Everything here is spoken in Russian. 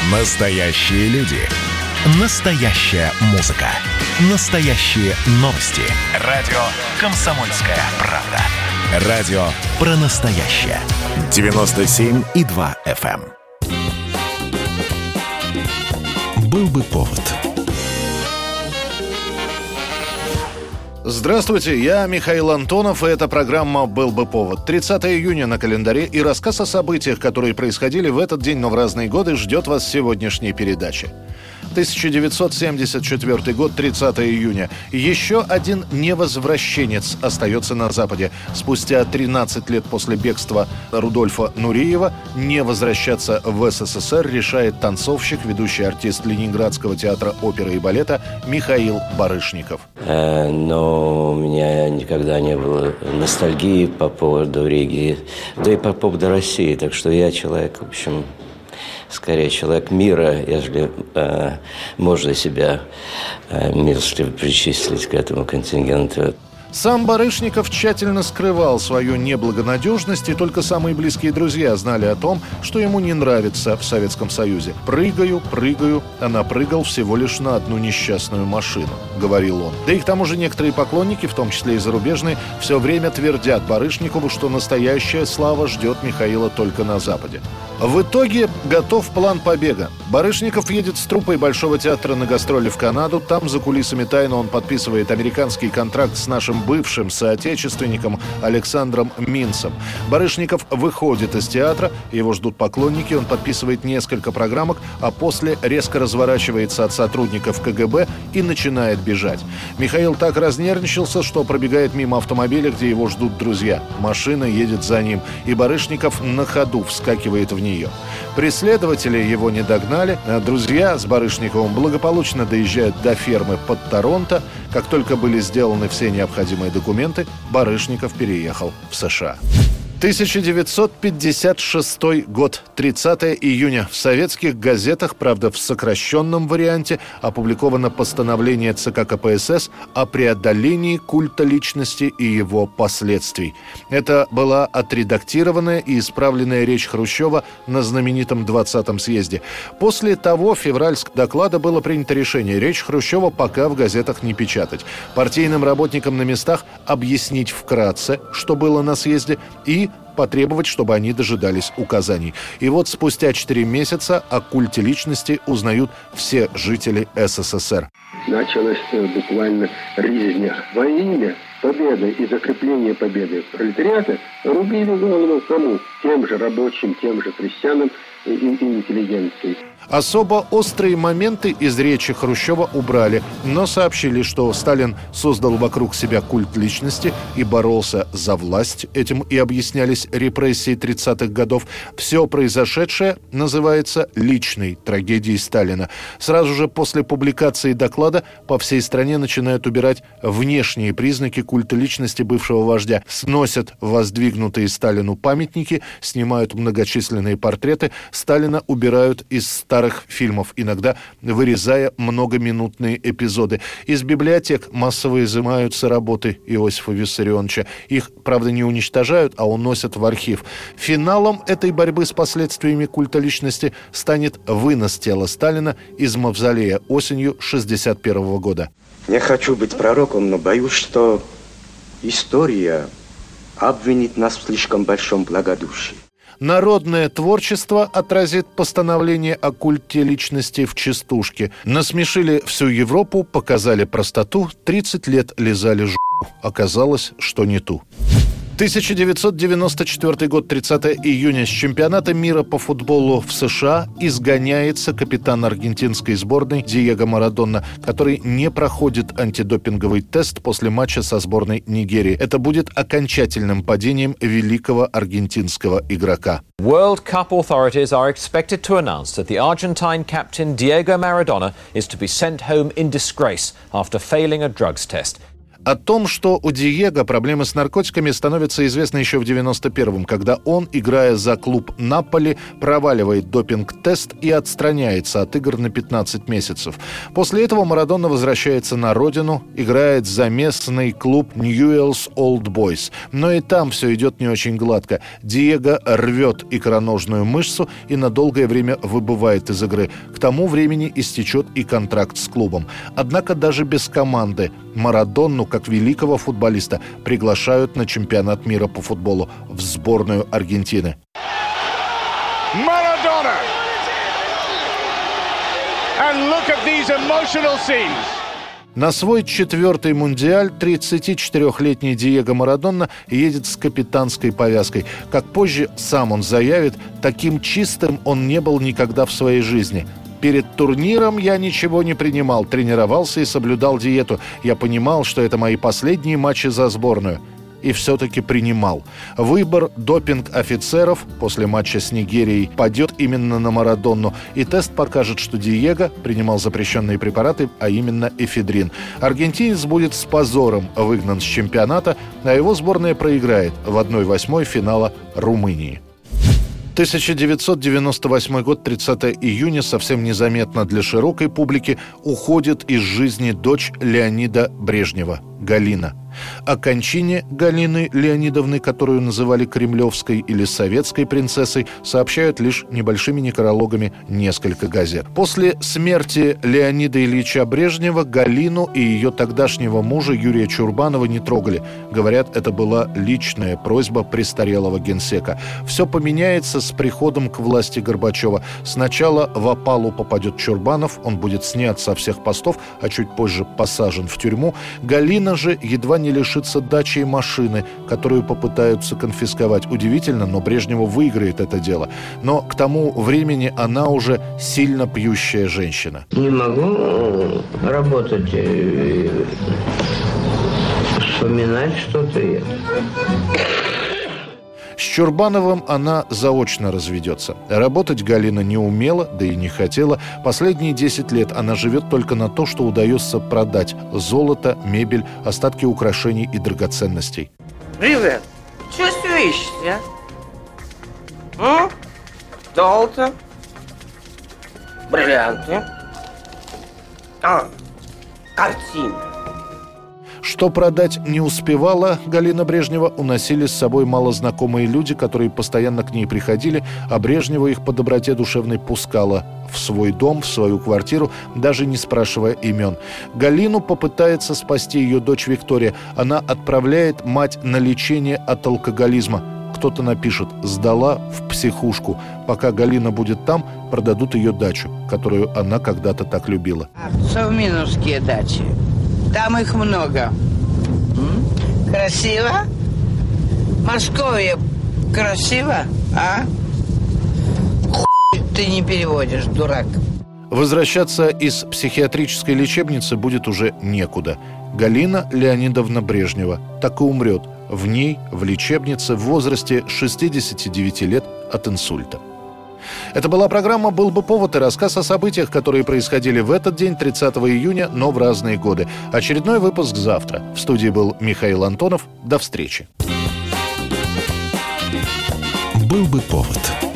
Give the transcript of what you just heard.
Настоящие люди. Настоящая музыка. Настоящие новости. Радио «Комсомольская правда». Радио про настоящее. 97,2 FM. Был бы повод. Здравствуйте, я Михаил Антонов, и эта программа «Был бы повод». 30 июня на календаре, и рассказ о событиях, которые происходили в этот день, но в разные годы, ждет вас в сегодняшней передаче. 1974 год, 30 июня. Еще один невозвращенец остается на Западе. Спустя 13 лет после бегства Рудольфа Нуриева не возвращаться в СССР решает танцовщик, ведущий артист Ленинградского театра оперы и балета Михаил Барышников. Но у меня никогда не было ностальгии по поводу Риги, да и по поводу России. Так что я человек, в общем, скорее человек мира, если можно себя милостиво причислить к этому контингенту. Сам Барышников тщательно скрывал свою неблагонадежность, и только самые близкие друзья знали о том, что ему не нравится в Советском Союзе. «Прыгаю, а напрыгал всего лишь на одну несчастную машину», — говорил он. Да и к тому же некоторые поклонники, в том числе и зарубежные, все время твердят Барышникову, что настоящая слава ждет Михаила только на Западе. В итоге готов план побега. Барышников едет с труппой Большого театра на гастроли в Канаду. Там за кулисами тайно он подписывает американский контракт с нашим бывшим соотечественником Александром Минцем. Барышников выходит из театра, его ждут поклонники, он подписывает несколько программок, а после резко разворачивается от сотрудников КГБ и начинает бежать. Михаил так разнервничался, что пробегает мимо автомобиля, где его ждут друзья. Машина едет за ним, и Барышников на ходу вскакивает в нее. Преследователи его не догнали, а друзья с Барышниковым благополучно доезжают до фермы под Торонто. Как только были сделаны все необходимые документы, Барышников переехал в США. 1956 год, 30 июня. В советских газетах, правда в сокращенном варианте, опубликовано постановление ЦК КПСС о преодолении культа личности и его последствий. Это была отредактированная и исправленная речь Хрущева на знаменитом 20-м съезде. После того февральского доклада было принято решение речь Хрущева пока в газетах не печатать. Партийным работникам на местах объяснить вкратце, что было на съезде, и потребовать, чтобы они дожидались указаний. И вот спустя 4 месяца о культе личности узнают все жители СССР. Началась буквально резня. Во имя победы и закрепления победы пролетариата рубили голову кому? Тем же рабочим, тем же крестьянам и интеллигенции. Особо острые моменты из речи Хрущева убрали, но сообщили, что Сталин создал вокруг себя культ личности и боролся за власть. Этим и объяснялись репрессии 30-х годов. Все произошедшее называется личной трагедией Сталина. Сразу же после публикации доклада по всей стране начинают убирать внешние признаки культа личности бывшего вождя. Сносят воздвигнутые Сталину памятники, снимают многочисленные портреты. Сталина убирают из старых фильмов, иногда вырезая многоминутные эпизоды. Из библиотек массово изымаются работы Иосифа Виссарионовича. Их, правда, не уничтожают, а уносят в архив. Финалом этой борьбы с последствиями культа личности станет вынос тела Сталина из мавзолея осенью 1961 года. Я хочу быть пророком, но боюсь, что история обвинит нас в слишком большом благодушии. Народное творчество отразит постановление о культе личности в частушке. Насмешили всю Европу, показали простоту, 30 лет лизали жопу. Оказалось, что не ту. 1994 год, 30 июня. С чемпионата мира по футболу в США изгоняется капитан аргентинской сборной Диего Марадона, который не проходит антидопинговый тест после матча со сборной Нигерии. Это будет окончательным падением великого аргентинского игрока. World Cup authorities are expected to announce that the Argentine captain Diego Maradona is to be sent home in disgrace after failing a drugs test. О том, что у Диего проблемы с наркотиками, становится известно еще в 91-м, когда он, играя за клуб «Наполи», проваливает допинг-тест и отстраняется от игр на 15 месяцев. После этого Марадона возвращается на родину, играет за местный клуб «Ньюэллс Олд Бойз». Но и там все идет не очень гладко. Диего рвет икроножную мышцу и на долгое время выбывает из игры. К тому времени истечет и контракт с клубом. Однако даже без команды Марадонну, как великого футболиста, приглашают на чемпионат мира по футболу в сборную Аргентины. Maradona! And look at these emotional scenes. На свой 4-й мундиаль 34-летний Диего Марадона едет с капитанской повязкой. Как позже сам он заявит, таким чистым он не был никогда в своей жизни. «Перед турниром я ничего не принимал, тренировался и соблюдал диету. Я понимал, что это мои последние матчи за сборную». И все-таки принимал. Выбор допинг-офицеров после матча с Нигерией падет именно на Марадонну. И тест покажет, что Диего принимал запрещенные препараты, а именно эфедрин. Аргентинец будет с позором выгнан с чемпионата, а его сборная проиграет в 1/8 финала Румынии. 1998 год, 30 июня, совсем незаметно для широкой публики, уходит из жизни дочь Леонида Брежнева, Галина. О кончине Галины Леонидовны, которую называли кремлевской или советской принцессой, сообщают лишь небольшими некрологами несколько газет. После смерти Леонида Ильича Брежнева Галину и ее тогдашнего мужа Юрия Чурбанова не трогали. Говорят, это была личная просьба престарелого генсека. Все поменяется с приходом к власти Горбачева. Сначала в опалу попадет Чурбанов, он будет снят со всех постов, а чуть позже посажен в тюрьму. Галина же едва не лишится дачи и машины, которую попытаются конфисковать. Удивительно, но Брежневу выиграет это дело. Но к тому времени она уже сильно пьющая женщина. Не могу работать, вспоминать что-то. С Чурбановым она заочно разведется. Работать Галина не умела, да и не хотела. Последние 10 лет она живет только на то, что удается продать: золото, мебель, остатки украшений и драгоценностей. Привет! Что ищете, а? Золото? Бриллианты? Картины. Что продать не успевала Галина Брежнева, уносили с собой малознакомые люди, которые постоянно к ней приходили, а Брежнева их по доброте душевной пускала в свой дом, в свою квартиру, даже не спрашивая имен. Галину попытается спасти ее дочь Виктория. Она отправляет мать на лечение от алкоголизма. Кто-то напишет: «Сдала в психушку». Пока Галина будет там, продадут ее дачу, которую она когда-то так любила. Совминовские дачи. Там их много. Красиво? Московия красиво, а? Хуй ты не переводишь, дурак. Возвращаться из психиатрической лечебницы будет уже некуда. Галина Леонидовна Брежнева так и умрет в ней, в лечебнице, в возрасте 69 лет от инсульта. Это была программа «Был бы повод» и рассказ о событиях, которые происходили в этот день, 30 июня, но в разные годы. Очередной выпуск завтра. В студии был Михаил Антонов. До встречи. «Был бы повод».